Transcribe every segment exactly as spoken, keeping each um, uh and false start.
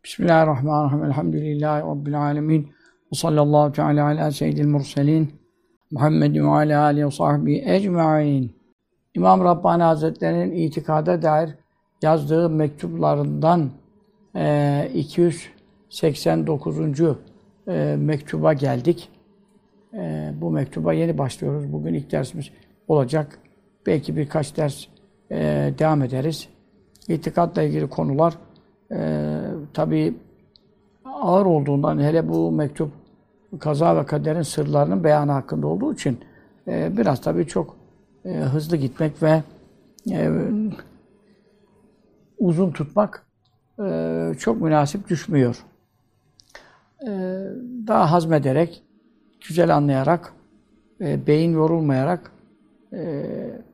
Bismillahirrahmanirrahim. Elhamdülillahi Rabbil alemin. Ve sallallahu teala ala seyyidil murselin. Muhammedin ve ala alihi ve sahbihi ecma'in. İmam Rabbani Hazretleri'nin itikada dair yazdığı mektuplarından e, iki yüz seksen dokuzuncu E, mektuba geldik. E, bu mektuba yeni başlıyoruz. Bugün ilk dersimiz olacak. Belki birkaç ders e, devam ederiz. İtikadla ilgili konular e, tabii ağır olduğundan, hele bu mektup kaza ve kaderin sırlarının beyanı hakkında olduğu için e, biraz tabii çok e, hızlı gitmek ve e, uzun tutmak e, çok münasip düşmüyor. E, daha hazmederek, güzel anlayarak, e, beyin yorulmayarak e,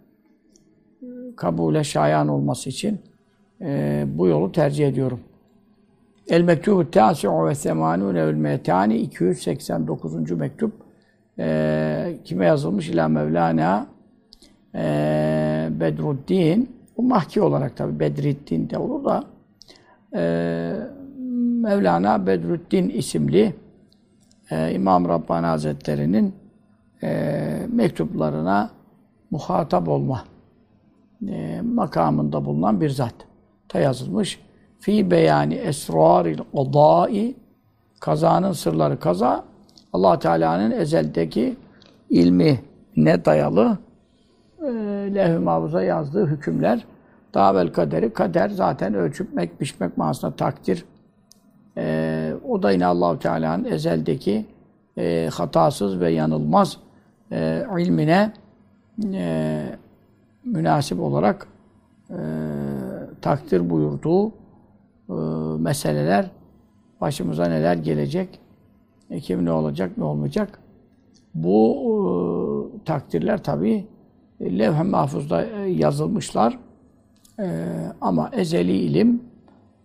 kabule şayan olması için e, bu yolu tercih ediyorum. El mektubu tâsi'u ve semânûne vel meytâni iki yüz seksen dokuzuncu mektup e, kime yazılmış? İlâ Mevlana e, Bedruddin. Bu mahki olarak tabi Bedriddin de olur da e, Mevlana Bedruddin isimli e, İmam Rabbani Hazretleri'nin e, mektuplarına muhatap olma e, makamında bulunan bir zat. Ta yazılmış. Fi beyani esraril qadâi, kazanın sırları. Kaza, Allah Teala'nın ezeldeki ilmine dayalı e, levh-i mahfuza yazdığı hükümler. Davel kaderi, kader zaten ölçüpmek, biçmek manasında takdir. E, o da yine Allah Teala'nın ezeldeki e, hatasız ve yanılmaz e, ilmine e, münasip olarak e, takdir buyurduğu e, meseleler, başımıza neler gelecek, e, kim ne olacak, ne olmayacak. Bu e, takdirler tabii e, levh-i mahfuzda e, yazılmışlar. E, ama ezeli ilim e,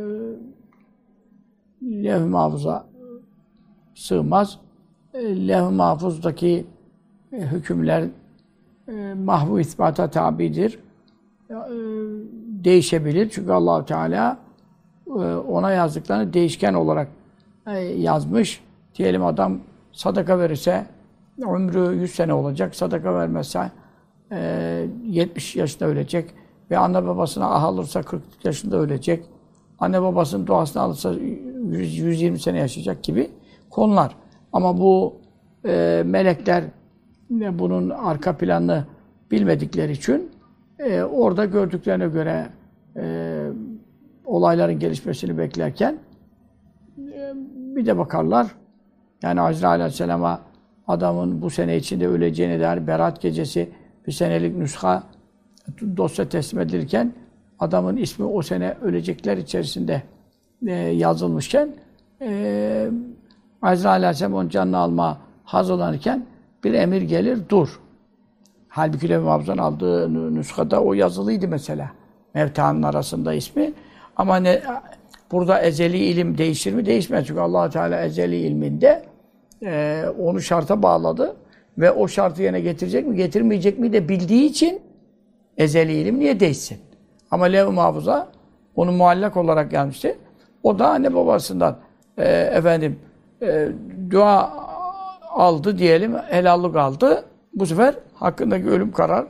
levh-i mahfuza sığmaz. E, levh-i mahfuzdaki e, hükümler e, mahvu isbata tabidir. E, değişebilir. Çünkü Allah Teala e, ona yazdıklarını değişken olarak e, yazmış. Diyelim adam sadaka verirse ömrü yüz sene olacak. Sadaka vermezse e, yetmiş yaşında ölecek. Ve anne babasına ah alırsa kırk yaşında ölecek. Anne babasının duasını alırsa yüz, yüz yirmi sene yaşayacak gibi konular. Ama bu e, melekler bunun arka planını bilmedikleri için e, orada gördüklerine göre e, olayların gelişmesini beklerken e, bir de bakarlar. Yani Azrail Aleyhisselam'a adamın bu sene içinde öleceğine dair Berat gecesi bir senelik nüsha dosya teslim edilirken adamın ismi o sene ölecekler içerisinde e, yazılmışken e, Azrail Aleyhisselam onun canını alma hazırlanırken bir emir gelir, dur. Halbuki levh-i mahfuzdan aldığı nüshada o yazılıydı mesela. Mevtanın arasında ismi. Ama ne, burada ezeli ilim değişir mi? Değişmez. Çünkü Allah Teala ezeli ilminde e, onu şarta bağladı. Ve o şartı yerine getirecek mi, getirmeyecek mi de bildiği için ezeli ilim niye değişsin? Ama levh-i mahfuza onu muallak olarak gelmişti. O da anne babasından e, efendim e, dua aldı diyelim, helallik aldı. Bu sefer hakkındaki ölüm karar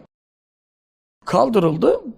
kaldırıldı.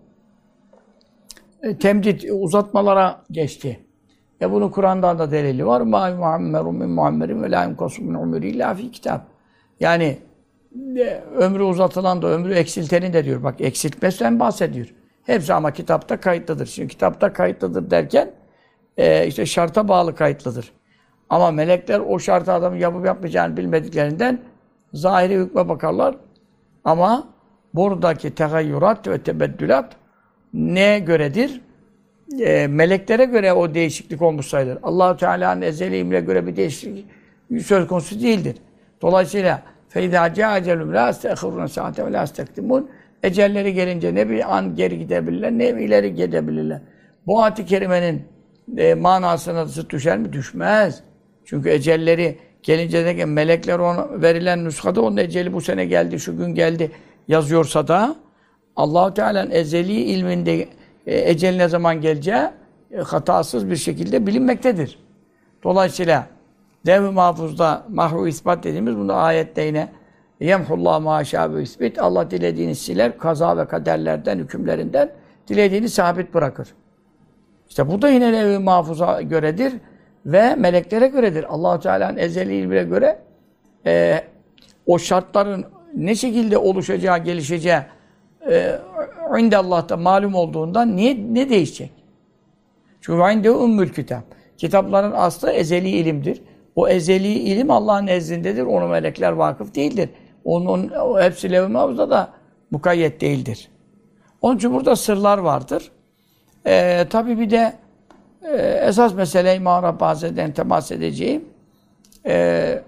E, temdit, uzatmalara geçti. E bunun Kur'an'dan da delili var. مَا مُعَمَّرٌ مِنْ مُعَمَّرٍ وَلَا يُنْقَصُ مِنْ عُمُرِ اِلَّا فِي kitap. Yani e, ömrü uzatılan da, ömrü eksiltenin de diyor. Bak eksiltmesinden bahsediyor. Hepsi ama kitapta kayıtlıdır. Şimdi kitapta kayıtlıdır derken e, işte şarta bağlı kayıtlıdır. Ama melekler o şartı adamın yapıp yapmayacağını bilmediklerinden zahiri hükme bakarlar. Ama buradaki tegayyurat ve tebeddülat neye göredir? E, meleklere göre o değişiklik olmuş sayılır. Allah-u Teala'nın ezeli ilmine göre bir değişiklik söz konusu değildir. Dolayısıyla فَاِذَا جَاءَ اَجَلُمْ لَا اسْتَخِرُونَ سَاعَةً وَلَا اسْتَقْدِمُونَ Ecelleri gelince ne bir an geri gidebilirler, ne ileri gidebilirler. Bu ayet-i kerimenin e, manasına zıt düşer mi? Düşmez. Çünkü ecelleri gelince de melekler ona verilen nüshada onun eceli bu sene geldi, şu gün geldi yazıyorsa da Allah-u Teala'nın ezeli ilminde e, ecel ne zaman geleceği e, hatasız bir şekilde bilinmektedir. Dolayısıyla Levh-i Mahfuz'da mahvu ispat dediğimiz bunda ayette yine yemhullah ma şâbe isbit, Allah dilediğini siler, kaza ve kaderlerden, hükümlerinden dilediğini sabit bırakır. İşte bu da yine Levh-i Mahfuz'a göredir ve meleklere göredir. Allah-u Teala'nın ezeli ilmine göre e, o şartların ne şekilde oluşacağı, gelişeceği e, inde Allah'ta malum olduğundan niye ne değişecek? Çünkü inde ümmül kitap. Kitapların aslı ezeli ilimdir. O ezeli ilim Allah'ın nezdindedir. Onu melekler vakıf değildir. Onun o hepsi Levh-i Mahfuz'da da mukayyet değildir. Onun için burada sırlar vardır. Ee, tabii bir de e, esas mesele İmam Rabbani Hazretleri'ne temas edeceğim. E,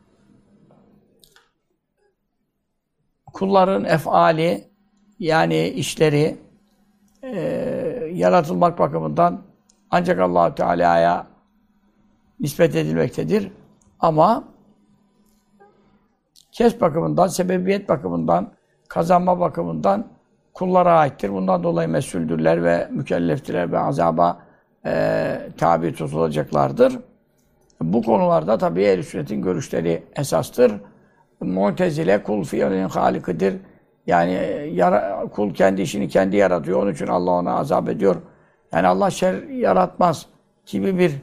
kulların efali, yani işleri e, yaratılmak bakımından ancak Allah-u Teala'ya nispet edilmektedir. Ama kes bakımından, sebebiyet bakımından, kazanma bakımından kullara aittir. Bundan dolayı mesuldürler ve mükelleftirler ve azaba e, tabi tutulacaklardır. Bu konularda tabii ehl-i sünnetin görüşleri esastır. Mu'tezile kul fiilin halikidir. Yani yara, kul kendi işini kendi yaratıyor. Onun için Allah ona azap ediyor. Yani Allah şer yaratmaz gibi bir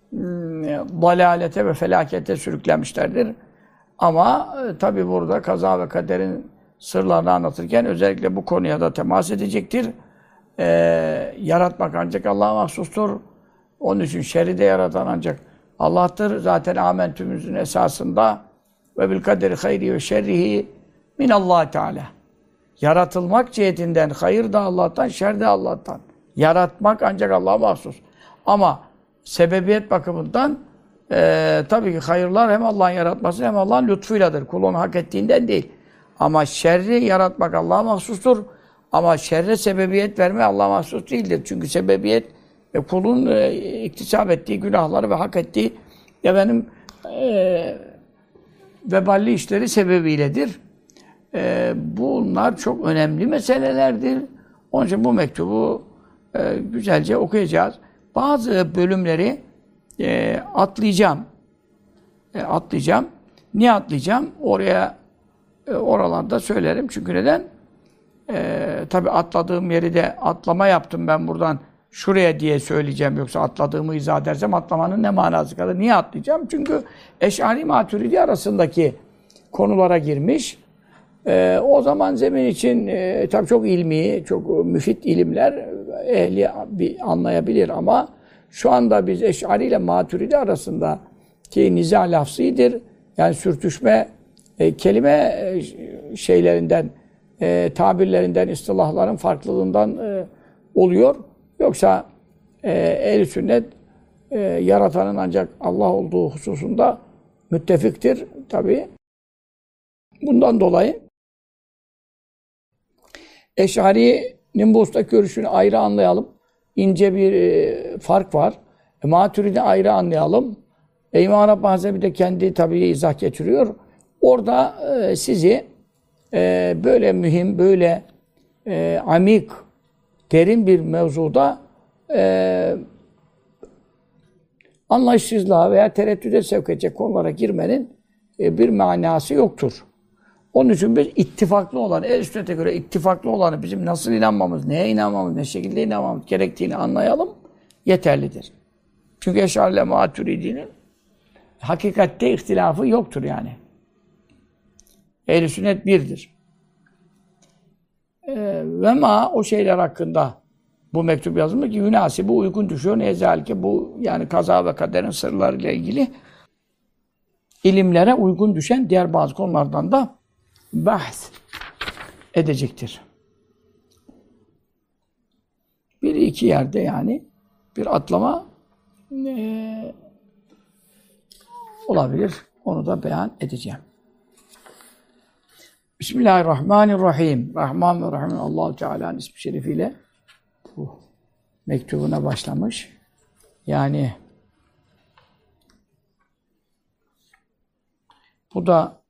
dalalete ve felakete sürüklenmişlerdir. Ama e, tabi burada kaza ve kaderin sırlarını anlatırken özellikle bu konuya da temas edecektir. E, yaratmak ancak Allah'a mahsustur. Onun için şerri de yaratan ancak Allah'tır. Zaten amentümüzün esasında ve bil kaderi hayri ve şerrihi min Allah Teala. Yaratılmak cihetinden hayır da Allah'tan, şer de Allah'tan. Yaratmak ancak Allah'a mahsus. Ama sebebiyet bakımından e, tabii ki hayırlar hem Allah'ın yaratması hem Allah'ın lütfuyladır. Kul onu hak ettiğinden değil. Ama şerri yaratmak Allah'a mahsustur. Ama şerre sebebiyet verme Allah'a mahsus değildir. Çünkü sebebiyet e, kulun e, iktisap ettiği günahları ve hak ettiği efendim e, veballi işleri sebebiyledir. E, bunlar çok önemli meselelerdir. Onun için bu mektubu e, güzelce okuyacağız. Bazı bölümleri e, atlayacağım. E, atlayacağım. Niye atlayacağım? Oraya e, oralarda söylerim. Çünkü neden? E, tabii atladığım yeri de atlama yaptım ben buradan şuraya diye söyleyeceğim. Yoksa atladığımı izah edersem atlamanın ne manası kalır? Niye atlayacağım? Çünkü Eş'ari Maturidi arasındaki konulara girmiş. E, o zaman zemin için e, tabii çok ilmi, çok müfit ilimler ehli bir anlayabilir ama şu anda biz Eş'ari ile Maturidi arasındaki niza lafzıdır. Yani sürtüşme e, kelime e, şeylerinden, e, tabirlerinden, istilahların farklılığından e, oluyor. Yoksa e, ehl-i sünnet e, yaratanın ancak Allah olduğu hususunda müttefiktir tabii. Bundan dolayı Eş'ari'nin bu usta görüşünü ayrı anlayalım. İnce bir e, fark var. E, Maturidi ayrı anlayalım. E, İmam Rabbani Hazretleri de kendi tabii izah getiriyor. Orada e, sizi e, böyle mühim, böyle e, amik, derin bir mevzuda e, anlayışsızlığa veya tereddüde sevk edecek konulara girmenin e, bir manası yoktur. Onun için biz ittifaklı olan, ehl-i sünnete göre ittifaklı olanı bizim nasıl inanmamız, neye inanmamız, ne şekilde inanmamız gerektiğini anlayalım, yeterlidir. Çünkü Eş'ari ile Maturidi'nin hakikatte ihtilafı yoktur yani. Ehl-i sünnet birdir. Ee, ve ma o şeyler hakkında bu mektup yazılmış ki münasibi uygun düşüyor. Nezalike bu yani kaza ve kaderin sırlarıyla ilgili ilimlere uygun düşen diğer bazı konulardan da bahs edecektir. Bir iki yerde yani bir atlama e, olabilir. Onu da beyan edeceğim. Bismillahirrahmanirrahim. Rahman ve Rahim Allah-u Teala'nın ismi şerifiyle bu mektubuna başlamış. Yani bu da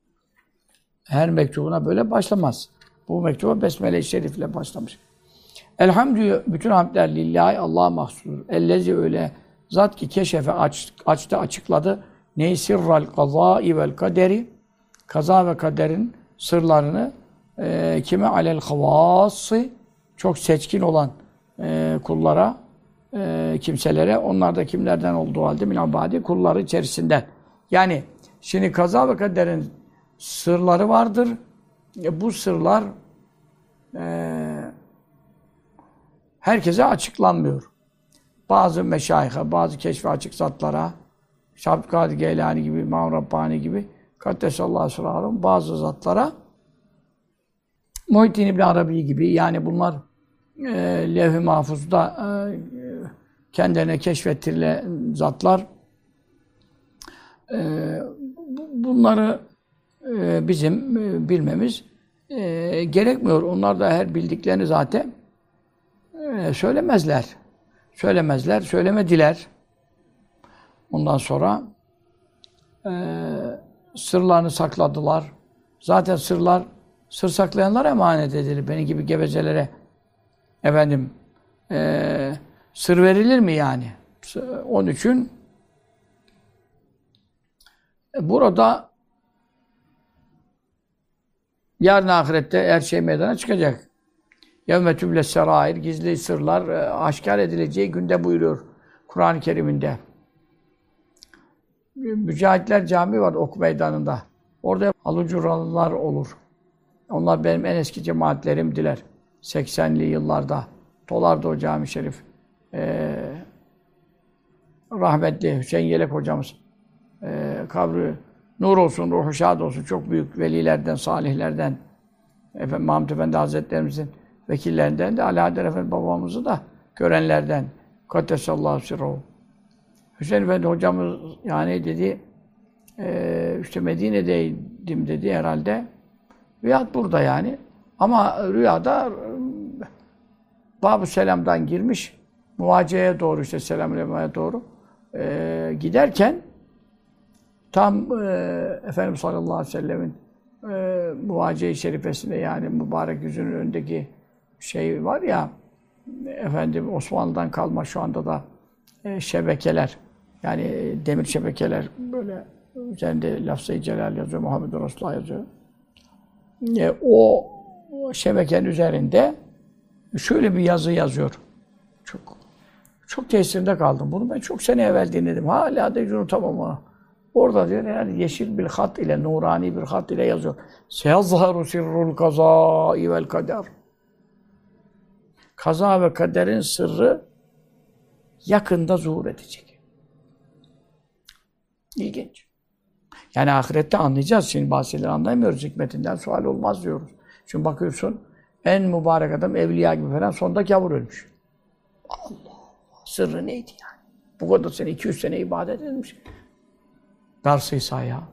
her mektubuna böyle başlamaz. Bu mektuba Besmele-i Şerif'le başlamış. Elhamdülillah, bütün hamdler lillahi, Allah'a mahsustur. Ellezi öyle zat ki keşefe aç, açtı, açıkladı. Ney sirral kazâi vel kaderi, kaza ve kaderin sırlarını e, kime alel havâsı, çok seçkin olan e, kullara, e, kimselere, onlar da kimlerden olduğu halde min abadi, kulları içerisinden. Yani şimdi kaza ve kaderin sırları vardır. E, bu sırlar e, herkese açıklanmıyor. Bazı meşayihe, bazı keşfe açık zatlara, Şabdülkadir Geylani gibi, İmam Rabbani gibi, Kaddesallahu sırrahum, bazı zatlara, Muhittin İbn Arabi gibi, yani bunlar e, levh-i mahfuzda e, kendilerine keşfettirilen zatlar, e, bunları e, bizim e, bilmemiz e, gerekmiyor. Onlar da her bildiklerini zaten e, söylemezler. Söylemezler, söylemediler. Ondan sonra e, sırlarını sakladılar. Zaten sırlar, sır saklayanlara emanet edilir. Benim gibi gevezelere efendim e, sır verilir mi yani? Onun için e, burada yarın ahirette her şey meydana çıkacak. Yevme tüble serair, gizli sırlar e, aşkar edileceği günde buyuruyor Kur'an-ı Kerim'inde. Mücahitler Camii var Ok Meydanı'nda. Orada Alucuralılar olur. Onlar benim en eski cemaatlerimdiler. seksenli yıllarda. Dolardı o cami şerif. Ee, rahmetli Hüseyin Yelek hocamız. Ee, kabri nur olsun, ruhu şad olsun. Çok büyük velilerden, salihlerden. Efendim, Mahmud Efendi Hazretlerimizin vekillerinden de Ali Haydar Efendi babamızı da görenlerden. Kaddesallahu sirruhu. Hüseyin Efendi hocamız yani dedi, e, işte Medine'deydim dedi herhalde. Rüyad burada yani. Ama rüyada Bab-ı Selam'dan girmiş, muvaciyeye doğru, işte Selamüleyküm'e doğru e, giderken tam e, Efendimiz sallallahu aleyhi ve sellem'in e, muvaciye-i şerifesinde, yani mübarek yüzünün önündeki şey var ya, efendim Osmanlı'dan kalma şu anda da e, şebekeler, yani demir şebekeler, böyle üzerinde lafz-ı celal yazıyor, Muhammed Resulullah yazıyor. E, o, o şebekenin üzerinde şöyle bir yazı yazıyor. Çok çok tesirinde kaldım. Bunu ben çok sene evvel dinledim. Hala da hiç unutamam onu. Orada diyor, yani yeşil bir hat ile, nurani bir hat ile yazıyor. Seyazharu sirrul kazâi vel kader. Kaza ve kaderin sırrı yakında zuhur edecek. İlginç. Yani ahirette anlayacağız. Şimdi bazı şeyleri anlayamıyoruz. Hikmetinden sual olmaz diyoruz. Şimdi bakıyorsun, en mübarek adam, evliya gibi falan, sonunda gavur ölmüş. Allah Allah! Sırrı neydi yani? Bu kadar sene, iki yüz sene ibadet edilmiş. Darsıysa ya.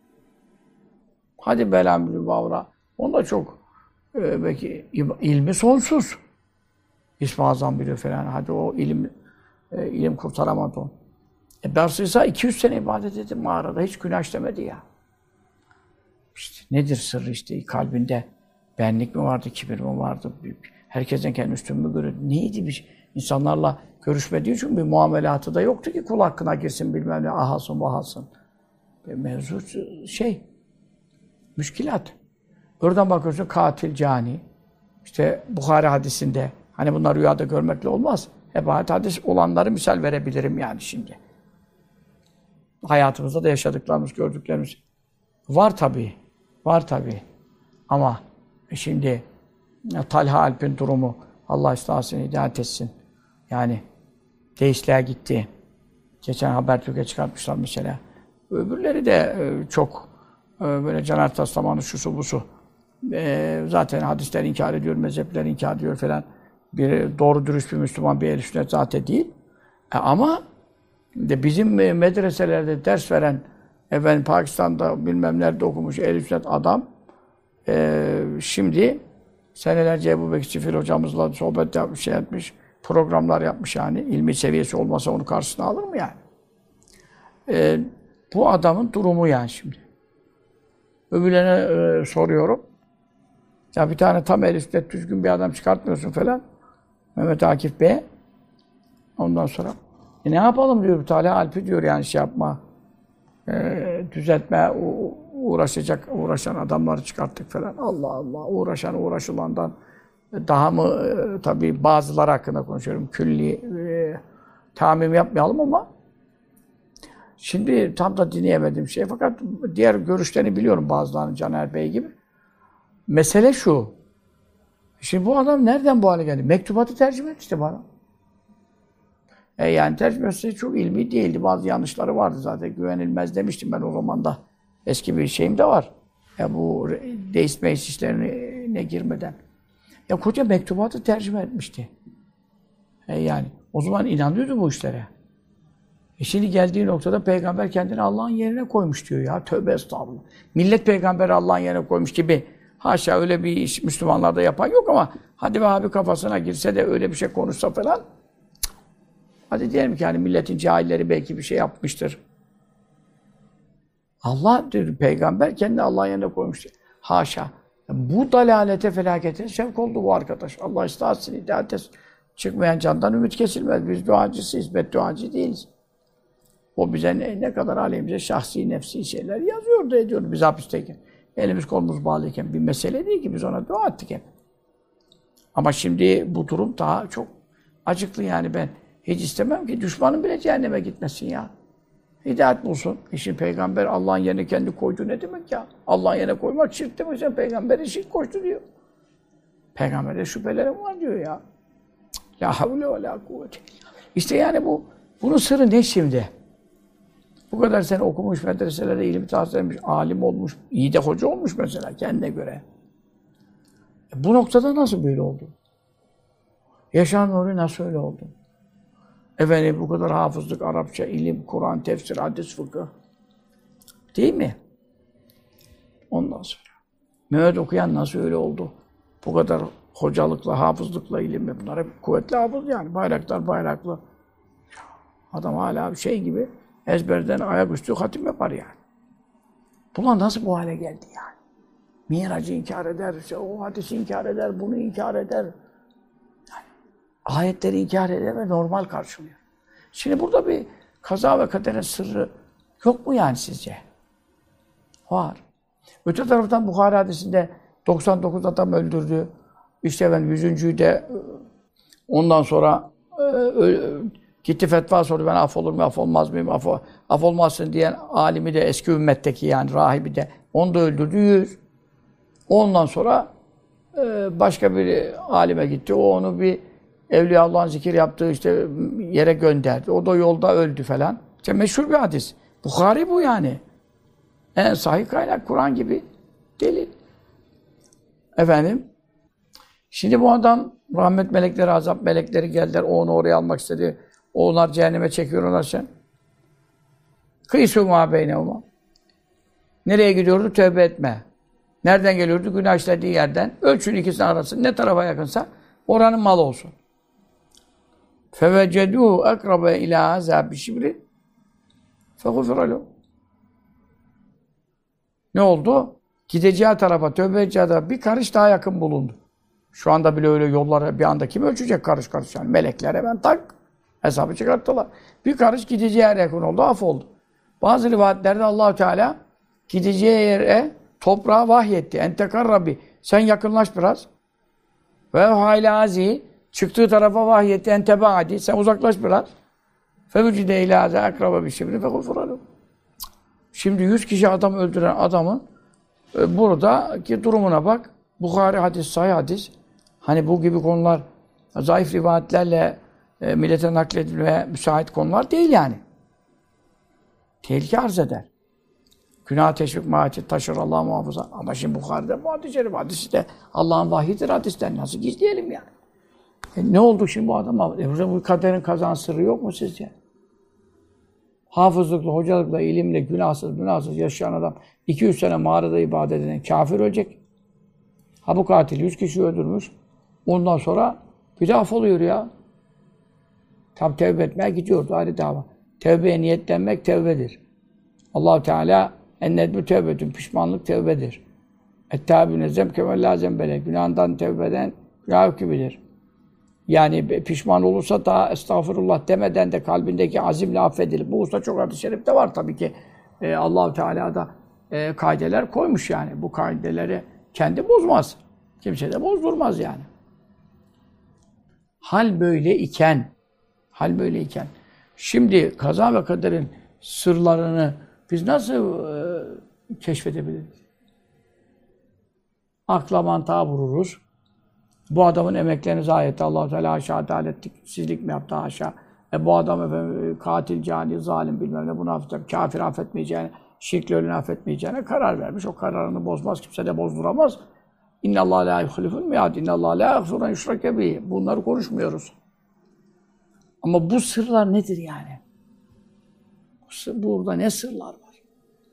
Hadi belamülü bavra. Onda çok e, belki ilmi sonsuz. İsmi Azam biliyor falan. Hadi o ilim e, ilim kurtaramadı onu. E darsıysa iki yüz sene ibadet edip mağarada hiç günah işlemedi ya. İşte nedir sırrı işte? Kalbinde benlik mi vardı, kibir mi vardı? Herkesten kendi üstün mü görüyordu? Neydi bir şey? İnsanlarla görüşmediği için bir muamelatı da yoktu ki kul hakkına girsin, bilmem ne, ahasın, vahasın. Mevzu şey, müşkilat. Oradan bakıyorsun katil, cani. İşte Bukhari hadisinde, hani bunlar rüyada görmekle olmaz. Ebahat hadis olanları misal verebilirim yani şimdi. Hayatımızda da yaşadıklarımız, gördüklerimiz var tabii. Var tabii. Ama şimdi Talha Alp'in durumu, Allah ıslahsın, hidayet etsin. Yani deistliğe gitti. Geçen Habertürk'e çıkartmışlar mesela. Öbürleri de çok böyle Caner Taslaman'ı, şusu busu. E, zaten hadisler inkar ediyor, mezhepler inkar ediyor falan. Bir doğru dürüst bir Müslüman, bir ehl-i sünnet zaten değil. E, ama de bizim medreselerde ders veren, efendim Pakistan'da bilmem nerede okumuş ehl-i sünnet adam, e, şimdi senelerce Ebu Bekir Çifil hocamızla sohbet yapmış, şey etmiş, programlar yapmış yani. İlmi seviyesi olmasa onu karşısına alır mı yani? E, bu adamın durumu yani şimdi. Öbürlerine e, soruyorum. Ya bir tane tam ehl-i sünnet düzgün bir adam çıkartmıyorsun falan. Mehmet Akif Bey. Ondan sonra e ne yapalım diyor. Talha Alp'i diyor yani şey yapma. E, düzeltme uğraşacak, uğraşan adamları çıkarttık falan. Allah Allah. Uğraşan uğraşılandan daha mı e, tabii bazıları hakkında konuşuyorum. Külli e, tamim yapmayalım ama şimdi tam da dinleyemedim şey. Fakat diğer görüşlerini biliyorum bazılarının Caner Bey gibi. Mesele şu. Şimdi bu adam nereden bu hale geldi? Mektubatı tercüme etti işte bana. E yani tercümesi çok ilmi değildi. Bazı yanlışları vardı zaten. Güvenilmez demiştim ben o romanda. Eski bir şeyim de var. Ya bu deist meclis işlerine girmeden. Ya koca mektubatı tercüme etmişti. E yani o zaman inanıyordu bu işlere. E şimdi geldiği noktada peygamber kendini Allah'ın yerine koymuş diyor ya. Tövbe estağfurullah. Millet peygamberi Allah'ın yerine koymuş gibi. Haşa öyle bir iş Müslümanlarda yapan yok ama hadi be abi kafasına girse de öyle bir şey konuşsa falan. Cık. Hadi diyelim ki hani milletin cahilleri belki bir şey yapmıştır. Allah diyor, peygamber kendini Allah'ın yerine koymuş. Haşa. Bu dalalete, felakete şevk oldu bu arkadaş. Allah ıslah etsin, hidayet etsin. Çıkmayan candan ümit kesilmez. Biz duacısıyız, bedduacı değiliz. O bize ne, ne kadar aleyhimize şahsi, nefsi şeyler yazıyordu, ediyordu biz hapisteyken. Elimiz kolumuz bağlıyken bir mesele değil ki biz ona dua ettik hep. Ama şimdi bu durum daha çok acıklı yani ben hiç istemem ki düşmanın bile cehenneme gitmesin ya. Hidayet bulsun. İşin peygamber Allah'ın yerine kendi koydu ne demek ya? Allah'ın yerine koymak şirk demek. Sen peygamberi şirk koştu diyor. Peygamberde şüphelerim var diyor ya. La havle ve la kuvvete. İşte yani bu, bunun sırrı ne şimdi? Bu kadar sene okumuş, medreselerde ilim tahsil etmiş, alim olmuş, iyi de hoca olmuş mesela kendine göre. E bu noktada nasıl böyle oldu? Yaşar Nuri nasıl öyle oldu? Efendim bu kadar hafızlık, Arapça, ilim, Kur'an, tefsir, hadis, fıkıh. Değil mi? Ondan sonra. Mehmet okuyan nasıl öyle oldu? Bu kadar hocalıkla, hafızlıkla, ilimle bunlar hep kuvvetli hafız yani. Bayraktar, bayraklı. Adam hala bir şey gibi ezberden ayaküstü hatim yapar yani. Bunlar nasıl bu hale geldi yani? Miracı inkar eder, işte o hadisi inkar eder, bunu inkar eder. Yani, ayetleri inkar eder ve normal karşılıyor. Şimdi burada bir kaza ve kaderin sırrı yok mu yani sizce? Var. Öte taraftan Bukhari hadisinde doksan dokuz adam öldürdü. İşte ben yüzüncüyü de ondan sonra gitti fetva sordu. Ben af olur mu, af olmaz mıyım, af, af olmazsın diyen alimi de eski ümmetteki yani rahibi de onu da öldürdü yüz. Ondan sonra başka bir alime gitti. O onu bir Evliya Allah'ın zikir yaptığı işte yere gönderdi. O da yolda öldü falan. İşte meşhur bir hadis. Bukhari bu yani. En sahih kaynak Kur'an gibi delil. Efendim şimdi bu adam rahmet melekleri, azap melekleri geldiler. O onu oraya almak istedi. Onlar cehenneme çekiyorlar sen. Kıysu ma beynehuma. Nereye gidiyordu? Tövbe etme. Nereden geliyordu? Günah işlediği yerden. Ölçün ikisinin arası. Ne tarafa yakınsa oranın malı olsun. Feveceduhu akrabe ila azâbi şibri fegufira lehu. Ne oldu? Gideceği tarafa, tövbe edeceği tarafa bir karış daha yakın bulundu. Şu anda bile öyle yollara bir anda kim ölçecek karış karış yani? Melekler hemen tak hesabı çıkarttılar. Bir karış gideceği yere yakın oldu, af oldu. Bazı rivayetlerde Allah-u Teala gideceği yere toprağa vahyetti. Entekar Rabbi. Sen yakınlaş biraz. Ve haylazi çıktığı tarafa vahyetti. Entebaadi. Sen uzaklaş biraz. Fevcide ilâze akraba bir şibri fegufuralu. Şimdi yüz kişi adam öldüren adamın e, buradaki durumuna bak. Bukhari hadis, sahih hadis. Hani bu gibi konular zayıf rivayetlerle e, millete nakledilmeye müsait konular değil yani. Tehlike arz eder. Günah teşvik mahiyeti taşır Allah muhafaza. Ama şimdi Bukhari'de bu hadis-i şerif. Hadisi de Allah'ın vahiyidir hadisten. Nasıl gizleyelim yani? E ne oldu şimdi bu adama? E bu kaderin kazan sırrı yok mu sizce? Hafızlıkla, hocalıkla, ilimle, günahsız, günahsız yaşayan adam iki yüz sene mağarada ibadet eden kafir ölecek. Ha bu katil yüz kişi öldürmüş. Ondan sonra bir de af oluyor ya. Tam tevbe etmeye gidiyordu ayrı dava. Tevbeye niyetlenmek tevbedir. Allah-u Teala ennedbü tevbetün, pişmanlık tevbedir. Et-tâbü nezem kemel lâ zembele. Günahından tevbeden günah gibidir. Yani pişman olursa daha estağfurullah demeden de kalbindeki azimle affedilir. Bu usta çok hadis-i şerifte var tabii ki. Ee, Allah-u Teala da e, kaideler koymuş yani. Bu kaideleri kendi bozmaz. Kimse de bozdurmaz yani. Hal böyle iken, hal böyle iken, şimdi kaza ve kaderin sırlarını biz nasıl e, keşfedebiliriz? Akla mantığa vururuz. Bu adamın emeklerini zayi etti. Allah-u Teala haşa adaletsizlik mi yaptı haşa? E bu adam efendim katil, cani, zalim bilmem ne bunu affetmeyeceğine, kafir affetmeyeceğine, şirkle ölünü affetmeyeceğine karar vermiş. O kararını bozmaz, kimse de bozduramaz. İnnallâhe lâ yuhliful mi'ad. İnnallâhe lâ yagfirun yüşreke bihi. Bunları konuşmuyoruz. Ama bu sırlar nedir yani? Burada ne sırlar var?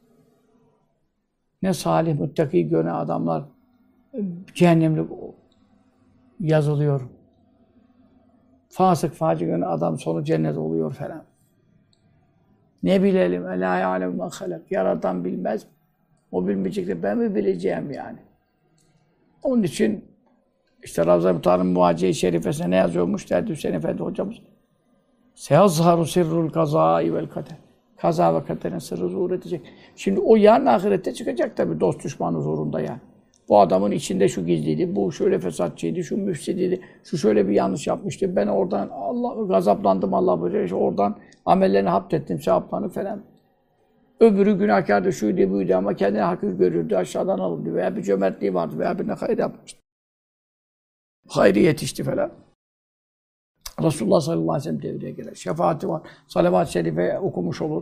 Ne salih, muttaki gören adamlar cehennemlik yazılıyor. Fasık, facı gören adam sonu cennet oluyor falan. Ne bilelim? Elâ ya'lem men halak. Yaradan bilmez. O bilmeyecek de ben mi bileceğim yani? Onun için işte Ravza-i Muhtar'ın Muhaciye-i Şerifesine ne yazıyormuş derdi Hüseyin Efendi hocamız. Seyazharu sirrul kazâi vel kader. Kaza ve kaderin sırrı zuhur edecek. Şimdi o yarın ahirette çıkacak tabii dost düşman huzurunda yani. Bu adamın içinde şu gizliydi, bu şöyle fesatçıydı, şu müfsidiydi, şu şöyle bir yanlış yapmıştı. Ben oradan Allah gazaplandım Allah böyle işte oradan amellerini hapsettim, sevaplarını falan. Öbürü günahkardı, şuydu, buydu ama kendine hakir görürdü, aşağıdan alırdı veya bir cömertliği vardı veya birine hayır yapmıştı. Hayrı yetişti falan. Resulullah sallallahu aleyhi ve sellem devreye girer. Şefaati var. Salavat-ı şerife okumuş olur.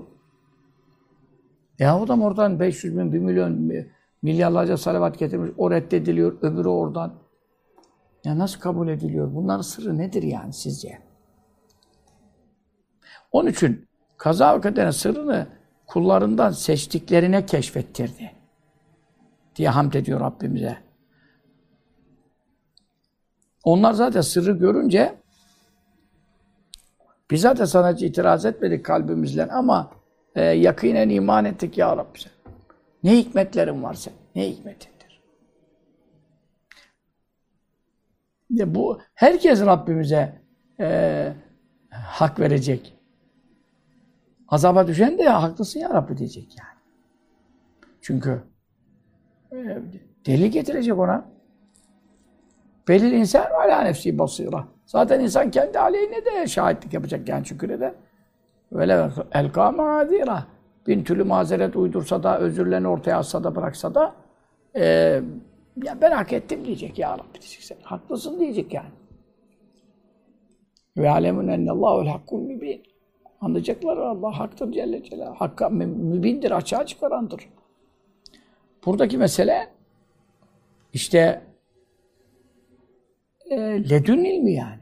Ya o da oradan beş yüz bin, bir milyon, milyarlarca salavat getirmiş. O reddediliyor. Öbürü oradan. Ya nasıl kabul ediliyor? Bunların sırrı nedir yani sizce? Onun için kaza ve kaderin sırrını kullarından seçtiklerine keşfettirdi. Diye hamd ediyor Rabbimize. Onlar zaten sırrı görünce biz zaten sana hiç itiraz etmedik kalbimizle ama e, yakinen iman ettik ya Rabbi sen. Ne hikmetlerin var sen, ne hikmetindir. Ya bu herkes Rabbimize e, hak verecek. Azaba düşen de ya haklısın ya Rabbi diyecek yani. Çünkü e, delil getirecek ona. Belil insan ala nefsi basira. Zaten insan kendi aleyhine de şahitlik yapacak yani şükür eder. Öyle elka ma'azira. Bin türlü mazeret uydursa da, özürlerini ortaya atsa da, bıraksa da e, ya ben hak ettim diyecek ya Rabbi diyecek sen. Haklısın diyecek yani. Ve alemun ennallâhu'l hakkul mübin. Anlayacaklar Allah haktır Celle Celaluhu. Hakka mübindir, açığa çıkarandır. Buradaki mesele işte e, ledün ilmi yani.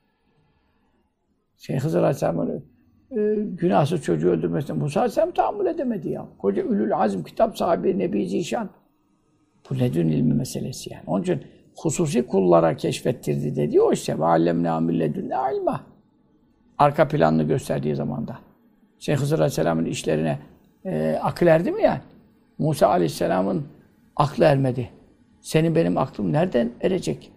Şeyh Hızır Aleyhisselam'ın e, günahsız çocuğu öldürmesinden Musa Aleyhisselam tahammül edemedi ya. Koca Ülül Azm kitap sahibi Nebi Zişan. Bu ledün ilmi meselesi yani. Onun için hususi kullara keşfettirdi dediği o işte. Ve allemnâ min ledünne ilma. Arka planını gösterdiği zamanda. Şeyh Hızır Aleyhisselam'ın işlerine e, akıl erdi mi yani? Musa Aleyhisselam'ın aklı ermedi. Senin benim aklım nereden erecek?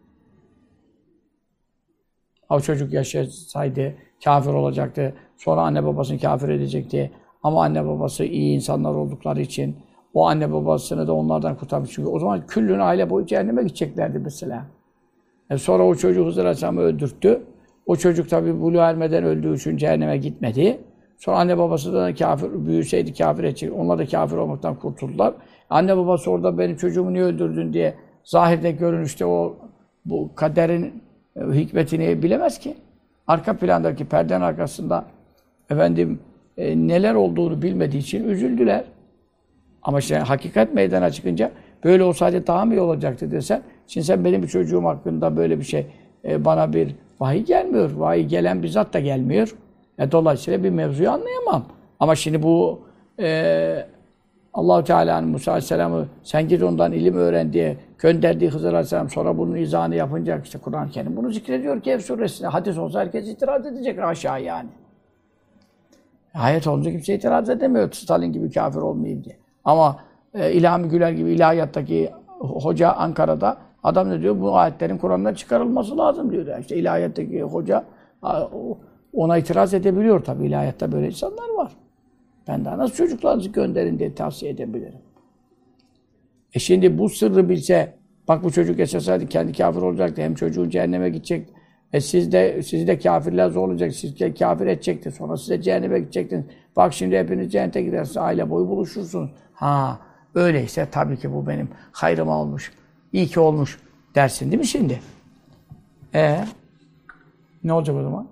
O çocuk yaşasaydı kafir olacaktı. Sonra anne babasını kafir edecekti. Ama anne babası iyi insanlar oldukları için o anne babasını da onlardan kurtarmış. Çünkü o zaman küllün aile boyu cehenneme gideceklerdi mesela. E sonra o çocuğu Hızır Aleyhisselam'ı öldürttü. O çocuk tabi buluğa ermeden öldüğü için cehenneme gitmedi. Sonra anne babası da kafir, büyüseydi kafir edecek. Onlar da kafir olmaktan kurtuldular. Anne babası orada benim çocuğumu niye öldürdün diye zahirde görünüşte o bu kaderin hikmetini bilemez ki. Arka plandaki perdenin arkasında efendim e, neler olduğunu bilmediği için üzüldüler. Ama işte hakikat meydana çıkınca böyle olsaydı daha mı iyi olacaktı desen. Şimdi sen benim bir çocuğum hakkında böyle bir şey e, bana bir vahiy gelmiyor. Vahiy gelen bizzat da gelmiyor. E, dolayısıyla bir mevzuyu anlayamam. Ama şimdi bu e, Allah-u Teala'nın Musa Aleyhisselam'ı sen git ondan ilim öğren diye gönderdiği Hızır Aleyhisselam sonra bunun izahını yapınca işte Kur'an-ı Kerim bunu zikrediyor Kehf suresinde. Hadis olsa herkes itiraz edecek aşağı yani. Ayet olunca kimse itiraz edemiyor Stalin gibi kafir olmayayım diye. Ama e, İlhami Güler gibi ilahiyattaki hoca Ankara'da Adam ne diyor? Bu ayetlerin Kur'an'dan çıkarılması lazım diyor. Yani işte ilahiyattaki hoca ona itiraz edebiliyor tabii. İlahiyatta böyle insanlar var. Ben daha nasıl çocuklarınızı gönderin diye tavsiye edebilirim. E şimdi bu sırrı bilse, bak bu çocuk yaşasaydı kendi kafir olacaktı. Hem çocuğun cehenneme gidecek. E siz de, sizi de kafirler zorlayacak. Siz de kafir edecekti. Sonra size cehenneme gidecektiniz. Bak şimdi hepiniz cennete gidersiniz. Aile boyu buluşursunuz. Ha öyleyse tabii ki bu benim hayrıma olmuş. İyi ki olmuş dersin değil mi şimdi? E ne olacak o zaman?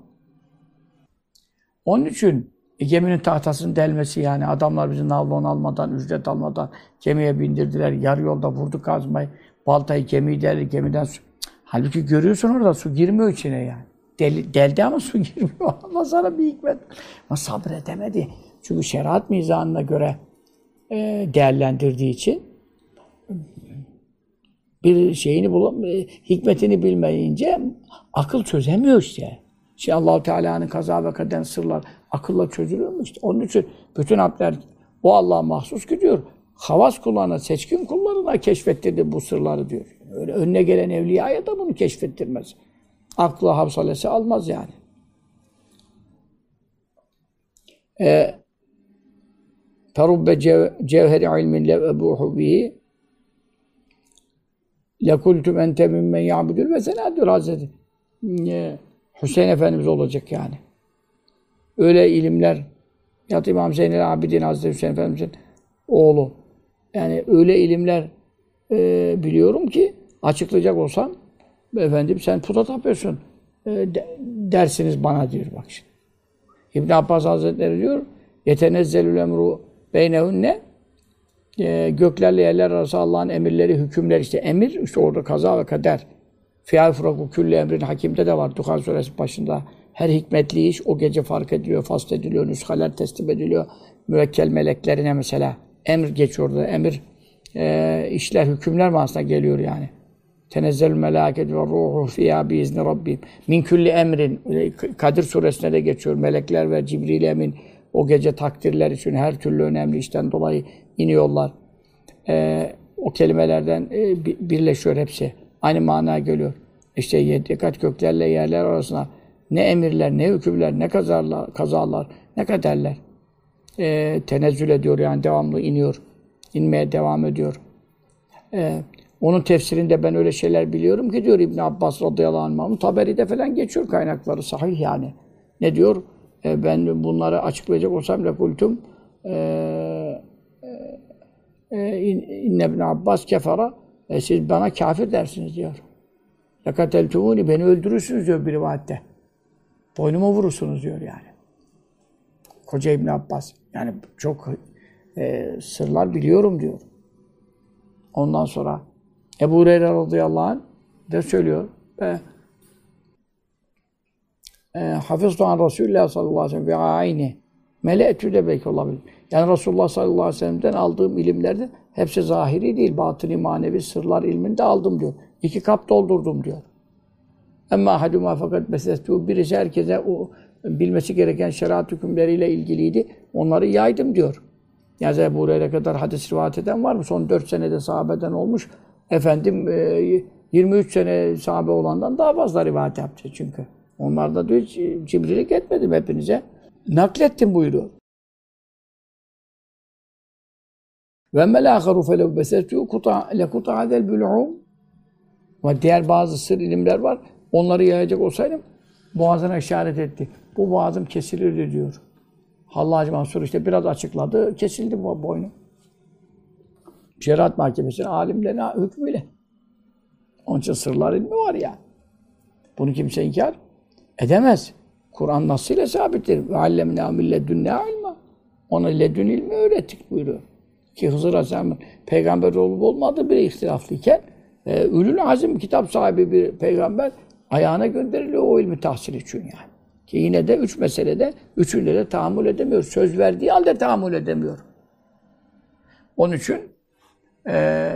Onun için e, geminin tahtasının delmesi yani adamlar bizi navlon almadan, ücret almadan gemiye bindirdiler. Yarı yolda vurdu kazmayı. Baltayı gemiyi deldi, gemiden su. Halbuki görüyorsun orada su girmiyor içine yani. Del, deldi ama su girmiyor. Allah sana bir hikmet. Ama sabredemedi. Çünkü şeriat mizanına göre e, değerlendirdiği için bir şeyini bulam, e, hikmetini bilmeyince akıl çözemiyor işte. Şey Allah-u Teala'nın kaza ve kader sırlar akılla çözülür mü işte? Onun için bütün abdler o Allah'a mahsus gidiyor. Havas kullarına, seçkin kullarına keşfettirdi bu sırları diyor. Öyle önüne gelen evliyaya da bunu keşfettirmez. Aklı havsalesi almaz yani. Ferubbe cevheri ilmin lev ebuhu bihi lekultum ente mimmen ya'budul mesela diyor Hazreti Hüseyin Efendimiz olacak yani. Öyle ilimler ya İmam Zeynel Abidin Hazreti Hüseyin Efendimiz'in oğlu. Yani öyle ilimler e, biliyorum ki açıklayacak olsam efendim sen puta tapıyorsun e, de, dersiniz bana diyor bak şimdi. İbn Abbas Hazretleri diyor yetenezzelül emru beynehunne e, göklerle yerler arası Allah'ın emirleri, hükümler işte emir işte orada kaza ve kader. Fiyâ furaku külle emrin hakimde de var. Duhan suresi başında. Her hikmetli iş o gece fark ediliyor, faslediliyor, nüshaler teslim ediliyor. Müvekkel meleklerine mesela emir geçiyor orada. Emir e, işler, hükümler manasına geliyor yani. Tenezzelül melâket ve ruhu fiyâ biizni rabbim. Min külli emrin. Kadir suresine de geçiyor. Melekler ve Cibril emin o gece takdirler için her türlü önemli işten dolayı iniyorlar. E, o kelimelerden e, birleşiyor hepsi. Aynı manaya geliyor. İşte yedi kat göklerle yerler arasında ne emirler, ne hükümler, ne kazalar, kazalar, ne kaderler e, tenezzül ediyor yani devamlı iniyor. İnmeye devam ediyor. E, onun tefsirinde ben öyle şeyler biliyorum ki diyor İbn Abbas radıyallahu anh. Taberi'de falan geçiyor kaynakları sahih yani. Ne diyor? E, ben bunları açıklayacak olsam lekultum e, e, inne İbn Abbas kefara e, siz bana kafir dersiniz diyor. Lekateltumuni beni öldürürsünüz diyor bir rivayette. Boynuma vurursunuz diyor yani. Koca İbn Abbas. Yani çok e, sırlar biliyorum diyor. Ondan sonra Ebu Hureyre radıyallahu anh de söylüyor. E, e, Hafıztu an Resulullah sallallahu aleyhi ve sellem ve ayni mele'tü lebek olabilir. Yani Resulullah sallallahu aleyhi ve sellem'den aldığım ilimlerde hepsi zahiri değil, batini manevi sırlar ilmini de aldım diyor. İki kap doldurdum diyor. Ama ahaduma fakat meselesi birisi herkese o bilmesi gereken şeriat hükümleriyle ilgiliydi. Onları yaydım diyor. Yani Ebu Hureyre kadar hadis rivayet eden var mı? Son dört senede sahabeden olmuş. Efendim yirmi üç sene sahabe olandan daha fazla rivayet yaptı çünkü. Onlar da diyor Cibril'i etmedim hepinize. Naklettim buyuruyor. Ve melâkharu felev besetû lekuta'adel bül'ûm. Ve diğer bazı sır ilimler var. Onları yayacak olsaydım boğazına işaret etti. Bu boğazım kesilirdi diyor. Hallacı Mansur işte biraz açıkladı. Kesildi bu boynu. Şeriat Mahkemesi'nin alimlerine hükmüyle. Onun için sırlar ilmi var ya. Bunu kimse inkar edemez. Kur'an nasıyla sabittir. Ve allemnâ min ledünnâ ilmâ. Ona ledün ilmi öğrettik buyuruyor. Ki Hızır Aleyhisselam'ın peygamber olup olmadığı bir ihtilaflıyken e, Ülül Azim kitap sahibi bir peygamber ayağına gönderiliyor o ilmi tahsil için yani. Ki yine de üç meselede üçünde de tahammül edemiyor. Söz verdiği halde tahammül edemiyor. Onun için e,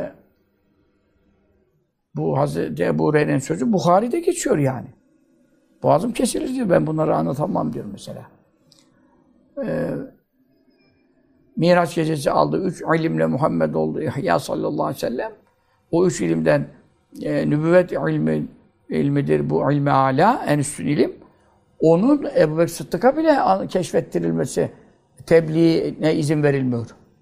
bu Hazreti Ebu Hureyre'nin sözü Buhari'de geçiyor yani. Boğazım kesilir diyor. Ben bunları anlatamam diyor mesela. Eee Miraç gecesi aldı. Üç ilimle Muhammed oldu. İhya sallallahu aleyhi ve sellem. O üç ilimden e, nübüvvet ilmi, ilmidir bu ilmi âlâ, en üstün ilim. Onun Ebu Bekir Sıddık'a bile keşfettirilmesi, tebliğine izin verilmiyor.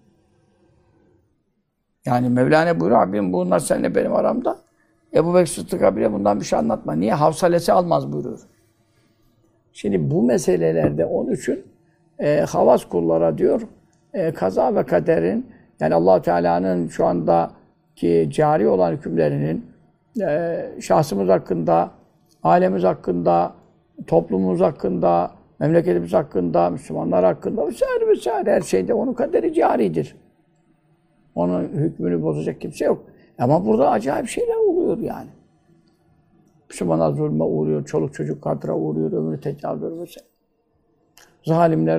Yani Mevlana buyuruyor, abim bunlar seninle benim aramda. Ebu Bekir Sıddık'a bile bundan bir şey anlatma. Niye? Havsalesi almaz buyuruyor. Şimdi bu meselelerde onun için e, havas kullara diyor, e, kaza ve kaderin, yani Allah Teala'nın şu andaki cari olan hükümlerinin e, şahsımız hakkında, ailemiz hakkında, toplumumuz hakkında, memleketimiz hakkında, Müslümanlar hakkında vesaire vesaire her şeyde onun kaderi caridir. Onun hükmünü bozacak kimse yok. Ama burada acayip şeyler oluyor yani. Müslümanlar zulme uğruyor, çoluk çocuk katıra uğruyor, ömrü tecavüz vesaire. Zalimler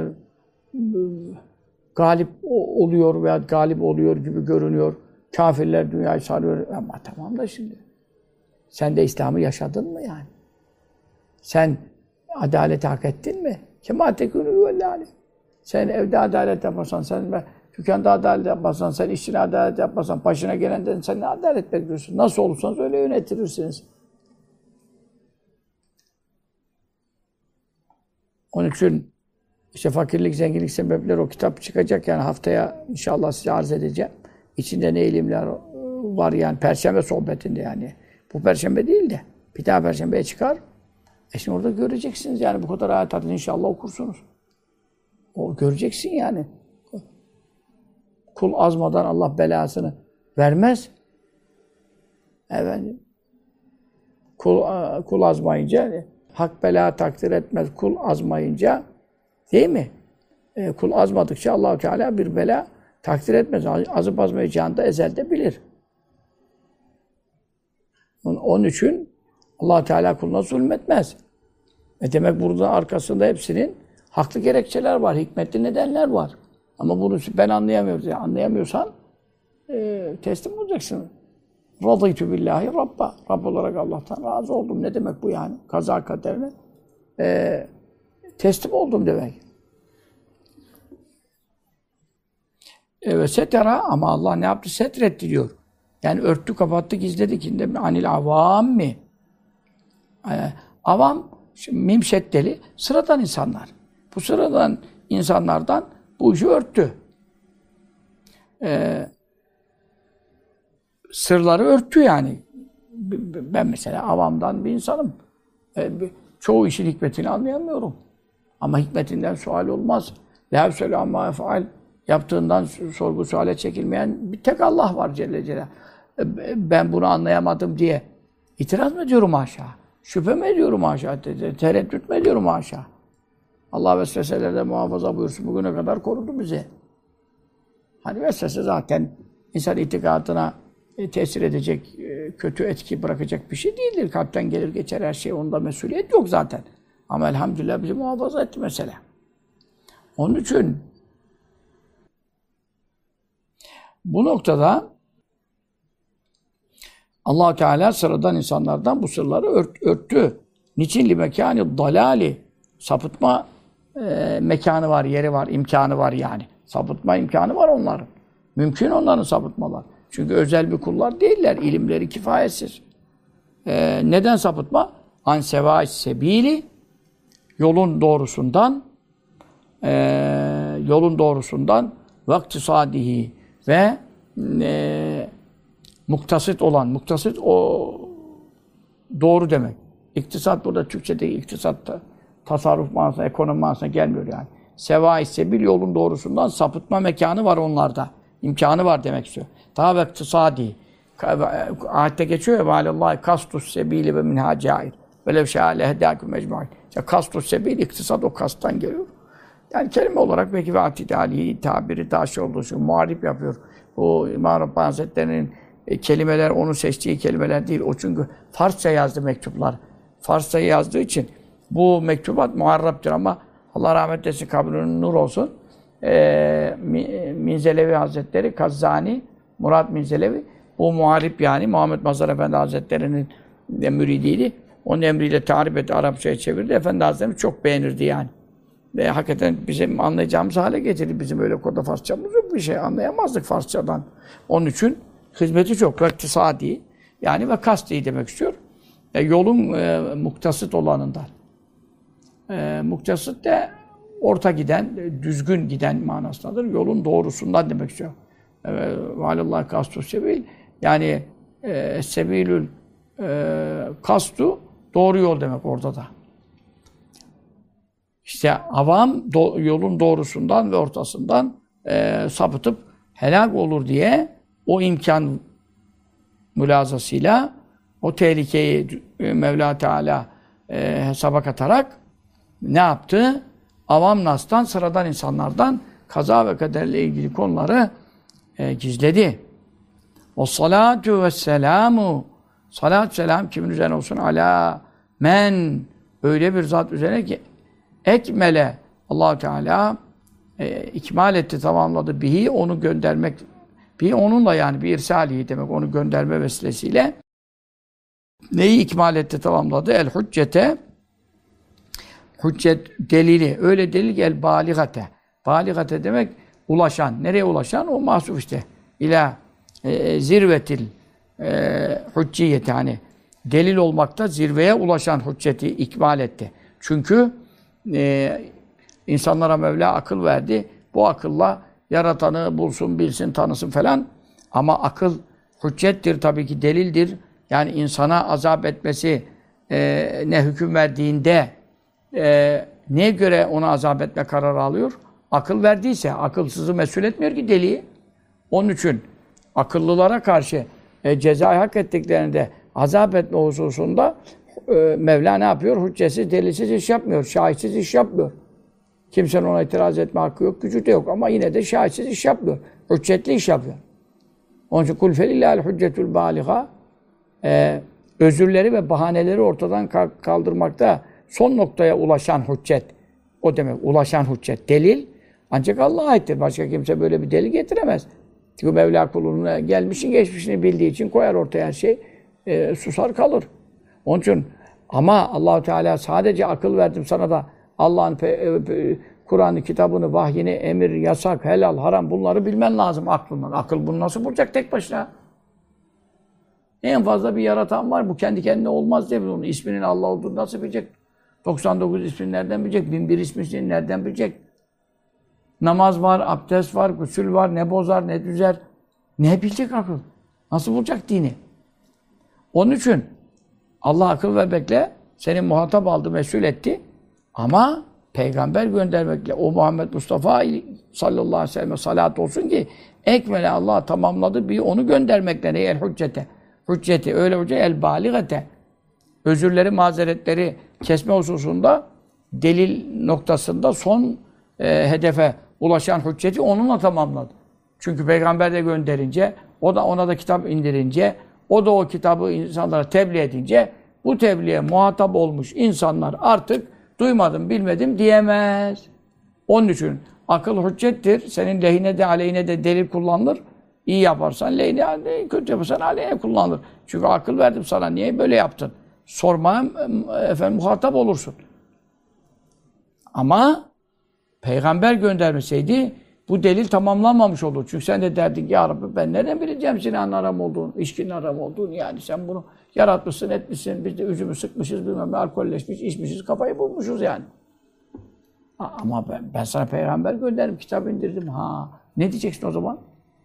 galip oluyor veya galip oluyor gibi görünüyor. Kafirler dünyayı sarıyor. Ama tamam da şimdi. Sen de İslam'ı yaşadın mı yani? Sen adaleti hak ettin mi? Kema tekûnû vellâli. Sen evde adalet yaparsan, sen dükkanda adalet yaparsan, sen işine adalet yaparsan, başına gelenden sen ne adalet bekliyorsun? Nasıl olursanız öyle yönetilirsiniz. Onun için işte fakirlik, zenginlik sebepleri o kitap çıkacak yani haftaya inşallah size arz edeceğim. İçinde ne ilimler var yani Perşembe sohbetinde yani. Bu Perşembe değil de bir daha Perşembeye çıkar. E şimdi orada göreceksiniz yani bu kadar ayet hadis inşallah okursunuz. O göreceksin yani. Kul azmadan Allah belasını vermez. Efendim. Kul, kul azmayınca hak bela takdir etmez. Kul azmayınca değil mi? E, kul azmadıkça Allah-u Teala bir bela takdir etmez. Azıp azmayacağını da ezelde bilir. Onun için Allah Teala kuluna zulmetmez. E demek burada arkasında hepsinin haklı gerekçeler var, hikmetli nedenler var. Ama bunu ben anlayamıyorum. Yani anlayamıyorsan e, teslim olacaksın. Radıytü billahi Rabba. Rabb olarak Allah'tan razı oldum. Ne demek bu yani? Kaza kaderine e, teslim oldum demek. E, ve setera ama Allah ne yaptı? Setretti diyor. Yani örttü, kapattı, gizledi ki anil avammi. E, avam, mim şeddeli, sıradan insanlar. Bu sıradan insanlardan bu işi örttü. Ee, sırları örttü yani. Ben mesela avamdan bir insanım. Ee, çoğu işin hikmetini anlayamıyorum. Ama hikmetinden sual olmaz. La selam'a efal. Yaptığından sorgu suale çekilmeyen bir tek Allah var Celle Celaluhu. Ben bunu anlayamadım diye itiraz mı ediyorum haşa? Şüphe mi ediyorum haşa? Tereddüt mü ediyorum haşa? Allah vesveselerden muhafaza buyursun. Bugüne kadar korudu bizi. Hani vesvese zaten insan itikadına tesir edecek, kötü etki bırakacak bir şey değildir. Kalpten gelir geçer her şey. Onda mesuliyet yok zaten. Ama elhamdülillah bizi muhafaza etti mesela. Onun için bu noktada Allah Teala sıradan insanlardan bu sırları ört, örttü. Niçin li mekâni dalâli? Sapıtma e, mekanı var, yeri var, imkanı var yani. Sapıtma imkanı var onların. Mümkün onların sapıtmalar. Çünkü özel bir kullar değiller. İlimleri kifayetsiz. E, neden sapıtma? An sevâis sebîli yolun doğrusundan e, yolun doğrusundan vaktisâdihi ve e, muktasit olan, muktasit o doğru demek. İktisat burada Türkçe'de iktisatta tasarruf manasına, ekonomi manasına gelmiyor yani. Sevâis sebil yolun doğrusundan sapıtma mekanı var onlarda. İmkanı var demek istiyor. Daha ve iktisadi. Ayette geçiyor ya vâlellâhi kastus sebîli ve minhâ câir. Velev şâle hedâküm ecmaîn. İşte kastus sebil, iktisat o kastan geliyor. Yani kelime olarak belki ve atidâli tabiri daha şey olduğu için muharip yapıyor. Bu İmam Rabbani Hazretleri'nin e, kelimeler, onun seçtiği kelimeler değil. O çünkü Farsça yazdı mektuplar. Farsça yazdığı için bu mektubat muharraptır ama Allah rahmet etsin, kabrinin nur olsun. E, Minzelevi Hazretleri, Kazzani, Murat Minzelevi, bu muharip yani Muhammed Mazhar Efendi Hazretleri'nin de müridiydi. Onun emriyle tarif etti, Arapçaya çevirdi. Efendi Hazretleri çok beğenirdi yani. Ve hakikaten bizim anlayacağımız hale getirdi. Bizim öyle koda Farsçamız yok bir şey. Anlayamazdık Farsçadan. Onun için hizmeti çok. Ve iktisadi Yani ve kasti demek istiyor. E, yolun e, muktasıt olanından. E, muktasıt de orta giden, düzgün giden manasındadır. Yolun doğrusundan demek istiyor. Ve alallâhi kastu sebil. Yani e, sebilül e, kastu doğru yol demek orada da. İşte avam do, yolun doğrusundan ve ortasından e, sapıtıp helak olur diye o imkan mülazasıyla o tehlikeyi e, Mevla Teala e, hesaba katarak ne yaptı? Avam nastan, sıradan insanlardan kaza ve kaderle ilgili konuları e, gizledi. O salatu ve selamu, salat selam kimin üzerine olsun? Ala men, öyle bir zat üzerine ki ekmele, Allah Teala e, ikmal etti, tamamladı bihi, onu göndermek, bir onunla yani bir irsalihi demek, onu gönderme vesilesiyle neyi ikmal etti, tamamladı? El hüccete, hüccet delili, öyle delil ki el baligate. Baligate demek ulaşan, nereye ulaşan? O mahsuf işte. İlâ e, zirvetil e, hücciyeti, hani delil olmakta zirveye ulaşan hücceti ikmal etti. Çünkü e, insanlara Mevla akıl verdi. Bu akılla yaratanı bulsun, bilsin, tanısın falan. Ama akıl hüccettir tabii ki, delildir. Yani insana azap etmesi e, ne hüküm verdiğinde e, neye göre ona azap etme kararı alıyor? Akıl verdiyse, akılsızı mesul etmiyor ki deliği. Onun için akıllılara karşı e, cezayı hak ettiklerinde azap etme hususunda e, Mevla ne yapıyor? Hüccetsiz, delilsiz iş yapmıyor, şahitsiz iş yapmıyor. Kimsenin ona itiraz etme hakkı yok, gücü de yok ama yine de şahitsiz iş yapmıyor. Hüccetli iş yapıyor. Onun için kul felillâhil hüccetül bâliga, e, özürleri ve bahaneleri ortadan kaldırmakta son noktaya ulaşan hüccet. O demek, ulaşan hüccet. Delil ancak Allah'a aittir. Başka kimse böyle bir delil getiremez. Çünkü Mevla kuluna gelmişin geçmişini bildiği için koyar ortaya her şey, e, susar kalır. Onun için ama Allah Teala sadece akıl verdim sana da Allah'ın Kur'an'ı, kitabını, vahyini, emir, yasak, helal, haram bunları bilmen lazım aklından. Akıl bunu nasıl bulacak tek başına? En fazla bir yaratan var. Bu kendi kendine olmaz diye onun isminin Allah olduğunu nasıl bilecek? doksan dokuz ismini nereden bilecek? bin bir ismini nereden bilecek? Namaz var, abdest var, gusül var, ne bozar, ne düzer. Ne bilecek akıl? Nasıl bulacak dini? Onun için Allah akıl vermekle seni muhatap aldı, mesul etti. Ama peygamber göndermekle o Muhammed Mustafa sallallahu aleyhi ve selleme salat olsun ki ekmele Allah tamamladı bir onu göndermekle ne el hüccete. Hücceti öyle hoca el baligate. Özürleri, mazeretleri kesme hususunda delil noktasında son e, hedefe ulaşan hücceti onunla tamamladı. Çünkü peygamber de gönderince, o da ona da kitap indirince, o da o kitabı insanlara tebliğ edince bu tebliğe muhatap olmuş insanlar artık duymadım, bilmedim diyemez. Onun için akıl hüccettir. Senin lehine de aleyhine de delil kullanılır. İyi yaparsan lehine, kötü yaparsan aleyhine kullanılır. Çünkü akıl verdim sana, niye böyle yaptın? Sormaya efendim muhatap olursun. Ama peygamber göndermeseydi bu delil tamamlanmamış olur. Çünkü sen de derdin ki ya Rabbi ben nereden bileceğim zinanın haram olduğunu, içkinin haram olduğunu, yani sen bunu yaratmışsın, etmişsin, biz de üzümü sıkmışız, bilmem ne, alkolleşmiş, içmişiz, kafayı bulmuşuz yani. Ama ben, ben sana peygamber gönderdim, kitap indirdim. Ha, ne diyeceksin o zaman?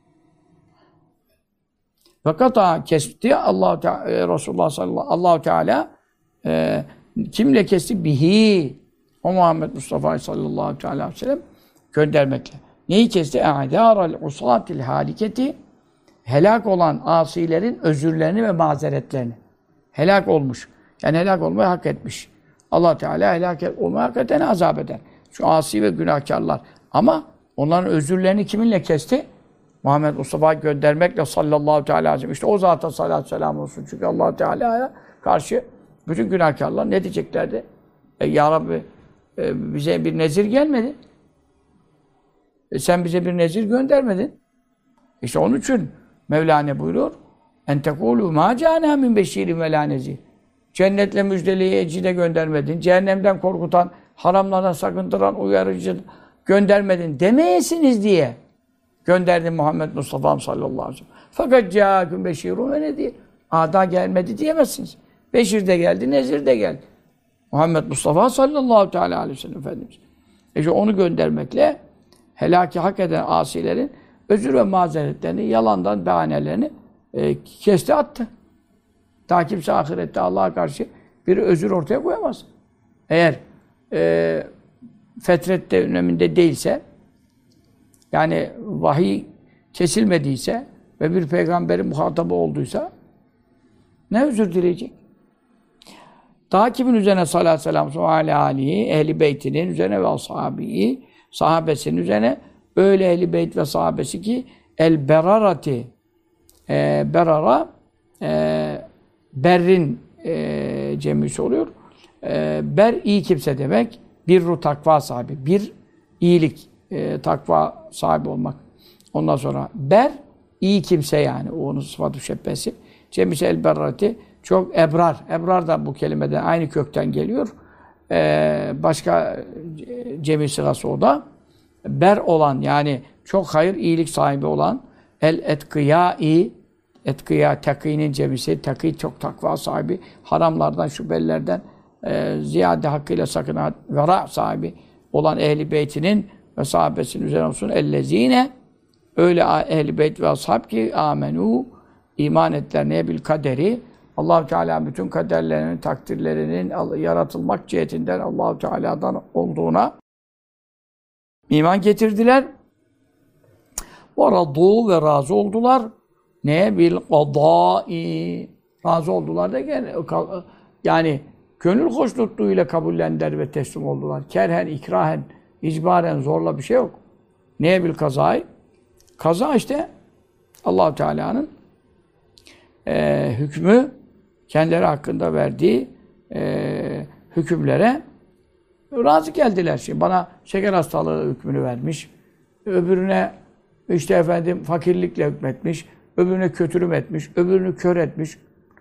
Fakat ha, kesti Allah Teala, Resulullah sallallahu Allahu Teala e, kimle kesti? Bihi. O Muhammed Mustafa sallallahu aleyhi ve sellem göndermekle. Neyi kesti? E'dâral usatil haliketi, helak olan asilerin özürlerini ve mazeretlerini. Helak olmuş. Yani helak olmayı hak etmiş. Allah Teala helak olmayı hak edene azap eder. Şu asi ve günahkarlar. Ama onların özürlerini kiminle kesti? Muhammed Mustafa göndermekle sallallahu aleyhi ve sellem. İşte o zata salatü selam olsun. Çünkü Allah Teala'ya karşı bütün günahkarlar ne diyeceklerdi? E, ya Rabbi e, bize bir nezir gelmedi. E, sen bize bir nezir göndermedin. İşte onun için Mevla ne buyuruyor? En tekulu ma câne min beşîrin ve lâ nezîr. Cennetle müjdeleyici de göndermedin. Cehennemden korkutan, haramlardan sakındıran, uyarıcı göndermedin demeyesiniz diye gönderdim Muhammed Mustafa sallallahu aleyhi ve sellem. Fakat câküm beşîrun ve nezîr. Ada gelmedi diyemezsiniz. Beşir de geldi, Nezir de geldi. Muhammed Mustafa sallallahu teala aleyhi ve sellem Efendimiz. İşte onu göndermekle helaki hak eden asilerin özür ve mazeretlerini, yalandan bahanelerini e, kesti attı. Ta kimse ahirette Allah'a karşı bir özür ortaya koyamaz. Eğer e, fetret döneminde değilse, yani vahiy kesilmediyse ve bir peygamberin muhatabı olduysa ne özür dileyecek? Daha kimin üzerine sallallahu aleyhi ve sellem alihi, ehli beytinin üzerine ve ashabihi, sahabesinin üzerine öyle ehli beyt ve sahabesi ki el berarati e, berara e, berrin e, cemisi oluyor. E, ber iyi kimse demek. Birru takva sahibi. Bir iyilik, e, takva sahibi olmak. Ondan sonra ber iyi kimse yani. Onun sıfatı şebbesi. Cemisi el berrati çok ebrar. Ebrar da bu kelimeden aynı kökten geliyor. Ee, başka cemi sırası o da. Ber olan yani çok hayır, iyilik sahibi olan el etkıyâi etkıya, takînin cemisi. Takî çok takva sahibi. Haramlardan, şüphelilerden e, ziyade hakkıyla sakınan vera sahibi olan ehli beytinin ve sahabesinin üzerine olsun. Ellezîne öyle ehli beyt ve ashab ki amenû iman ettiler neye bil kaderi. Allah-u Teala bütün kaderlerinin, takdirlerinin yaratılmak cihetinden Allah-u Teala'dan olduğuna iman getirdiler. وَرَضُوا ve razı oldular. Neye? Bil qadâi. Razı oldular da gene, yani gönül hoşnutluğuyla kabullendiler ve teslim oldular. Kerhen, ikrahen, icbaren, zorla bir şey yok. Neye bil kazayı? Kaza işte Allah-u Teala'nın e, hükmü, kendileri hakkında verdiği e, hükümlere razı geldiler. Şimdi bana şeker hastalığı hükmünü vermiş, öbürüne işte efendim fakirlikle hükmetmiş, öbürüne kötülüm etmiş, öbürünü kör etmiş.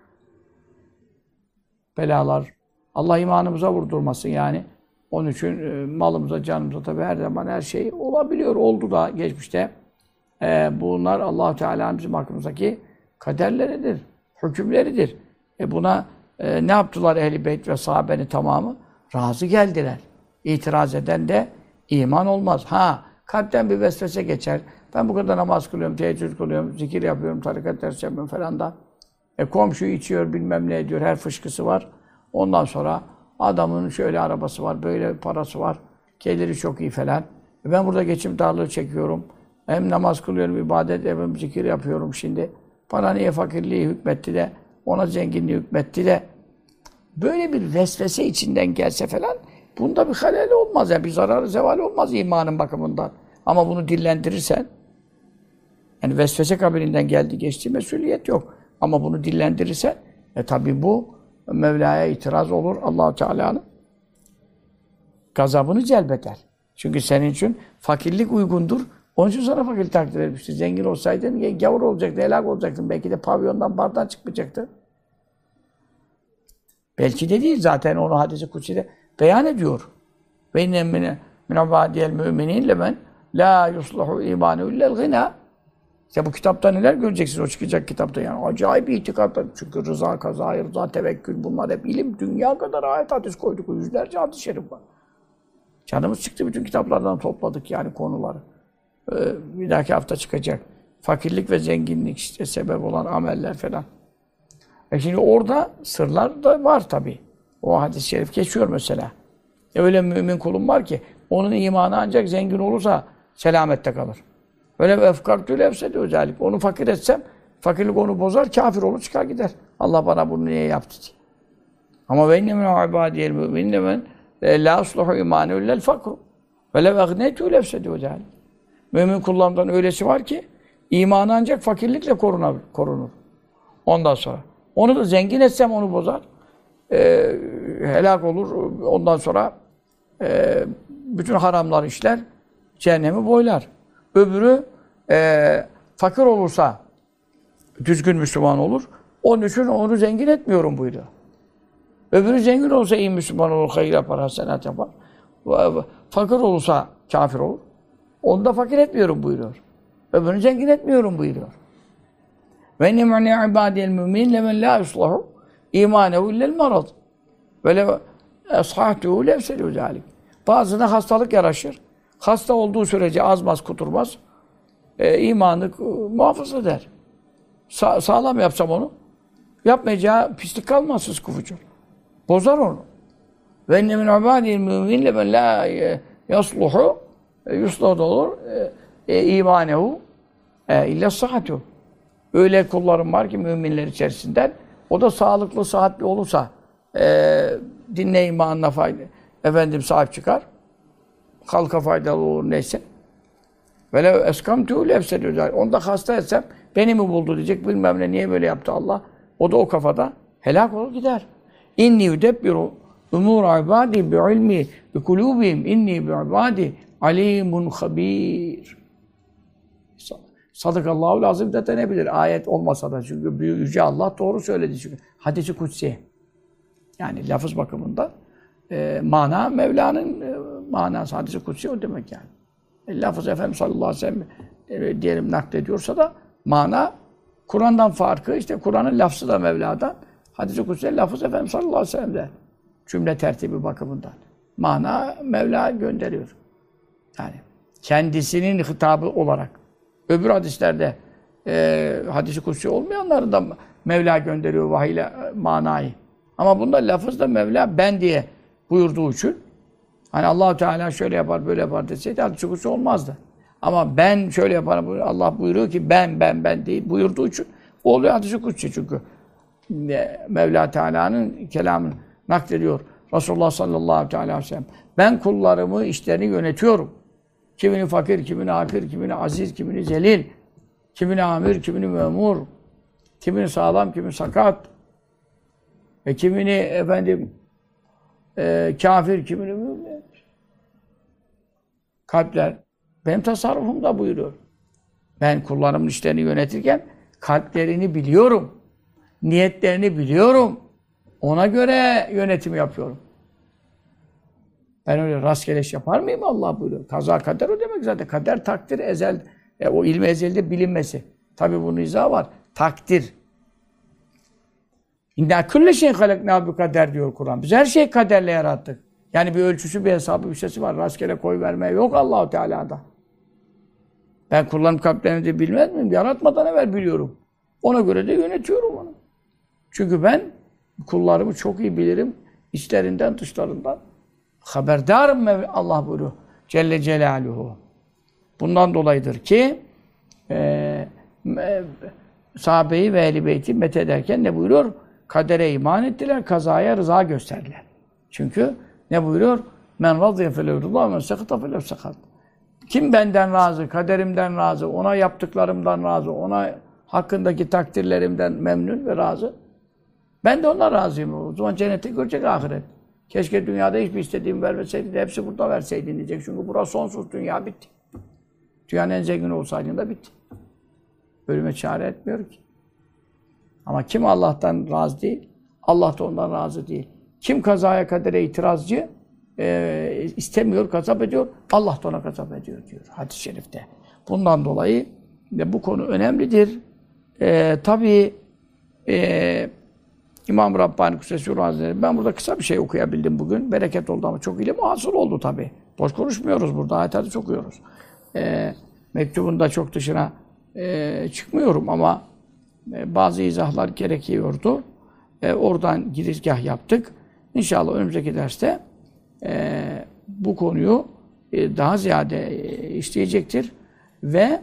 Belalar. Allah imanımıza vurdurmasın yani. Onun için e, malımıza, canımıza tabii her zaman her şey olabiliyor. Oldu da geçmişte. E, bunlar Allah-u Teala'nın bizim hakkımızdaki kaderleridir, hükümleridir. E buna e, ne yaptılar ehl-i beyt ve sahabenin tamamı? Razı geldiler. İtiraz eden de iman olmaz. Ha, kalpten bir vesvese geçer. Ben bu kadar namaz kılıyorum, teheccüd kılıyorum, zikir yapıyorum, tarikat dersi yapıyorum falan da. E komşu içiyor, bilmem ne ediyor, her fışkısı var. Ondan sonra adamın şöyle arabası var, böyle parası var, geliri çok iyi falan. E ben burada geçim darlığı çekiyorum. Hem namaz kılıyorum, ibadet, hem zikir yapıyorum şimdi. Bana niye fakirliği hükmetti de, ona zenginliği hükmetti de. Böyle bir vesvese içinden gelse falan, bunda bir halel olmaz. Yani bir zararı zeval olmaz imanın bakımından. Ama bunu dillendirirsen, yani vesvese kabilinden geldi geçti, mesuliyet yok. Ama bunu dillendirirsen, e tabi bu Mevla'ya itiraz olur. Allah-u Teala'nın gazabını celbeder. Çünkü senin için fakirlik uygundur. Onun için sana fakirlik takdir etmiştir. Zengin olsaydın gavur olacaktı, helak olacaktın. Belki de pavyondan, bardan çıkmayacaktı. Belki de değil. Zaten onu hadis-i kutsi'de beyan ediyor. Ve inne min ibadiyel müminin lemen la yusluhu imanu illel gina. İşte bu kitapta neler göreceksiniz o çıkacak kitapta yani. Acayip bir itikatlar. Çünkü rıza, kaza, rıza, tevekkül bunlar hep ilim. Dünya kadar ayet hadis koyduk. Yüzlerce hadis-i şerif var. Canımız çıktı bütün kitaplardan topladık yani konuları. Ee, bir dahaki hafta çıkacak. Fakirlik ve zenginlik işte sebep olan ameller falan. E şimdi orada sırlar da var tabii. O hadis-i şerif geçiyor mesela. E öyle mümin kulum var ki onun imanı ancak zengin olursa selamette kalır. Öyle bir efkartül efsedi özellik. Onu fakir etsem, fakirlik onu bozar, kafir olur, çıkar gider. Allah bana bunu niye yaptı diye. Ama ve inne min ibadiyel müminine men la asluhu imanu illel fakru. Ve lev agnetu lefsedi özellik. Mümin kullarından öylesi var ki imanı ancak fakirlikle korunur. korunur. Ondan sonra. Onu da zengin etsem onu bozar. Ee, helak olur. Ondan sonra e, bütün haramlar işler. Cehennemi boylar. Öbürü e, fakir olursa düzgün Müslüman olur. Onun için onu zengin etmiyorum buyuruyor. Öbürü zengin olursa iyi Müslüman olur, hayır yapar, hasenat yapar. Fakir olursa kafir olur. Onu da fakir etmiyorum buyuruyor. Öbürünü zengin etmiyorum buyuruyor. Ve inne min ibadiyel mümin lemen la yuslahu imanehu illel marad. Ve le eshatuhu lefselu zalik. Bazına hastalık yaraşır. Hasta olduğu sürece azmaz, kuturmaz. E, imanı e, muhafaza eder. Sa sağlam yapsam onu, yapmayacağı pislik kalmaz, sıskı fucur. Bozar onu. Ve inne min ibadiyel mümin lemen la yasluhu yuslahu da olur. E, e, imanehu e, illa sıhhatu. Öyle kullarım var ki müminler içerisinden, o da sağlıklı, sıhhatli olursa e, dinle imanına fayda, efendim sahip çıkar. Halka faydalı olur neyse. Velev eskamtu lefsedü. Onu da hasta etsem beni mi buldu diyecek, bilmem ne, niye böyle yaptı Allah. O da o kafada helak olur gider. İnni yudebbiru umur ibadi bi ilmi bi kulubihim inni bi ibadi alimun habir. Sadakallahu lazım da denebilir. Ayet olmasa da, çünkü büyük yüce Allah doğru söyledi çünkü. Hadis-i kutsi. Yani lafız bakımında e, mana Mevla'nın e, manası, hadis-i kutsi o demek yani. E, lafız Efendimiz sallallahu aleyhi ve sellem e, diyelim naklediyorsa da mana Kur'an'dan farkı, işte Kur'an'ın lafzı da Mevla'dan, hadis-i kutsi lafız Efendimiz sallallahu aleyhi ve sellem'de. Cümle tertibi bakımından. Mana Mevla gönderiyor. Yani kendisinin hitabı olarak. Öbür hadislerde e, hadis-i kutsi olmayanları da Mevla gönderiyor vahiyle e, manayı. Ama bunda lafızda Mevla ben diye buyurduğu için, hani Allah-u Teala şöyle yapar, böyle yapar deseydi hadis-i kutsi olmazdı. Ama ben şöyle yaparım, Allah buyuruyor ki ben, ben, ben değil buyurduğu için oluyor hadis-i kutsi çünkü. Mevla Teala'nın kelamını naklediyor Resulullah sallallahu aleyhi ve sellem. Ben kullarımı, işlerini yönetiyorum. Kimini fakir, kimini akir, kimini aziz, kimini zelil, kimini amir, kimini memur, kimini sağlam, kimini sakat, ve kimini efendim e, kafir, kimini mümin. Kalpler benim tasarrufumda buyuruyor. Ben kullarımın işlerini yönetirken kalplerini biliyorum, niyetlerini biliyorum. Ona göre yönetim yapıyorum. Ben öyle rastgele iş yapar mıyım? Allah buyuruyor. Kaza kader o demek zaten. Kader takdir ezel. E, o ilmi ezelde bilinmesi. Tabi bunun izahı var. Takdir. İnna külle şeyin halaknâ bi kader diyor Kur'an. Biz her şeyi kaderle yarattık. Yani bir ölçüsü, bir hesabı, bir şeysi var. Rastgele koy vermeye yok Allah-u Teala'da. Ben kullarım kalplerini de bilmez miyim? Yaratmadan evvel biliyorum. Ona göre de yönetiyorum onu. Çünkü ben kullarımı çok iyi bilirim. İçlerinden, dışlarından. Haberdarım Allah buyuruyor. Celle Celaluhu. Bundan dolayıdır ki e, e, sahabeyi ve ehl-i beyti methederken ne buyuruyor? Kadere iman ettiler, kazaya rıza gösterdiler. Çünkü ne buyuruyor? Men razıye felevdullah men sekata felevsekat. Kim benden razı, kaderimden razı, ona yaptıklarımdan razı, ona hakkındaki takdirlerimden memnun ve razı. Ben de ondan razıyım. O zaman cennete görecek ahiret. Keşke dünyada hiçbir istediğimi vermeseydin, hepsi burada verseydin diyecek. Çünkü burası sonsuz, dünya bitti. Dünyanın en zengin olsaydın da bitti. Ölüme çare etmiyor ki. Ama kim Allah'tan razı değil, Allah da ondan razı değil. Kim kazaya kadere itirazcı, e, istemiyor, gazap ediyor, Allah da ona gazap ediyor diyor hadis-i şerifte. Bundan dolayı de bu konu önemlidir. E, tabii e, İmam Rabbani Kudsesi Hazretleri, ben burada kısa bir şey okuyabildim bugün. Bereket oldu ama çok ilim hasıl oldu tabii. Boş konuşmuyoruz burada, ayet hadis okuyoruz. E, mektubun da çok dışına e, çıkmıyorum ama e, bazı izahlar gerekiyordu. E, oradan girizgah yaptık. İnşallah önümüzdeki derste e, bu konuyu e, daha ziyade e, işleyecektir. Ve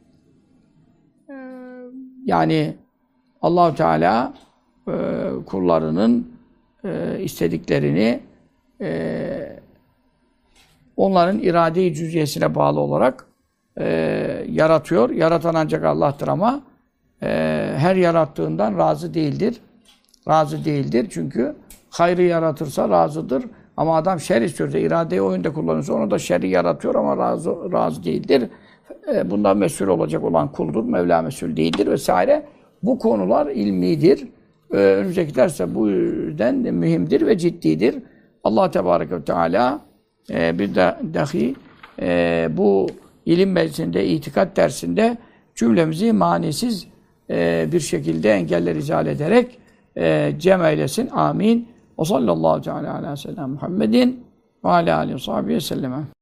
e, yani Allah-u Teala e, kullarının e, istediklerini e, onların irade-i cüz'iyesine bağlı olarak e, yaratıyor. Yaratan ancak Allah'tır ama e, her yarattığından razı değildir. Razı değildir çünkü hayrı yaratırsa razıdır. Ama adam şer istiyorsa, iradeyi oyunda kullanırsa onu da şerri yaratıyor ama razı, razı değildir. E, bundan mesul olacak olan kuldur. Mevla mesul değildir vesaire. Bu konular ilmidir. Ee, önümüzdeki derse bu yüzden de mühimdir ve ciddidir. Allah Tebareke ve Teala e, bir de dahi e, bu ilim meclisinde, itikat dersinde cümlemizi manisiz e, bir şekilde engeller izale ederek e, cem eylesin. Amin. O sallallahu teala ala seyyidina Muhammedin ve ala aleyhi ve sahbihi sellem.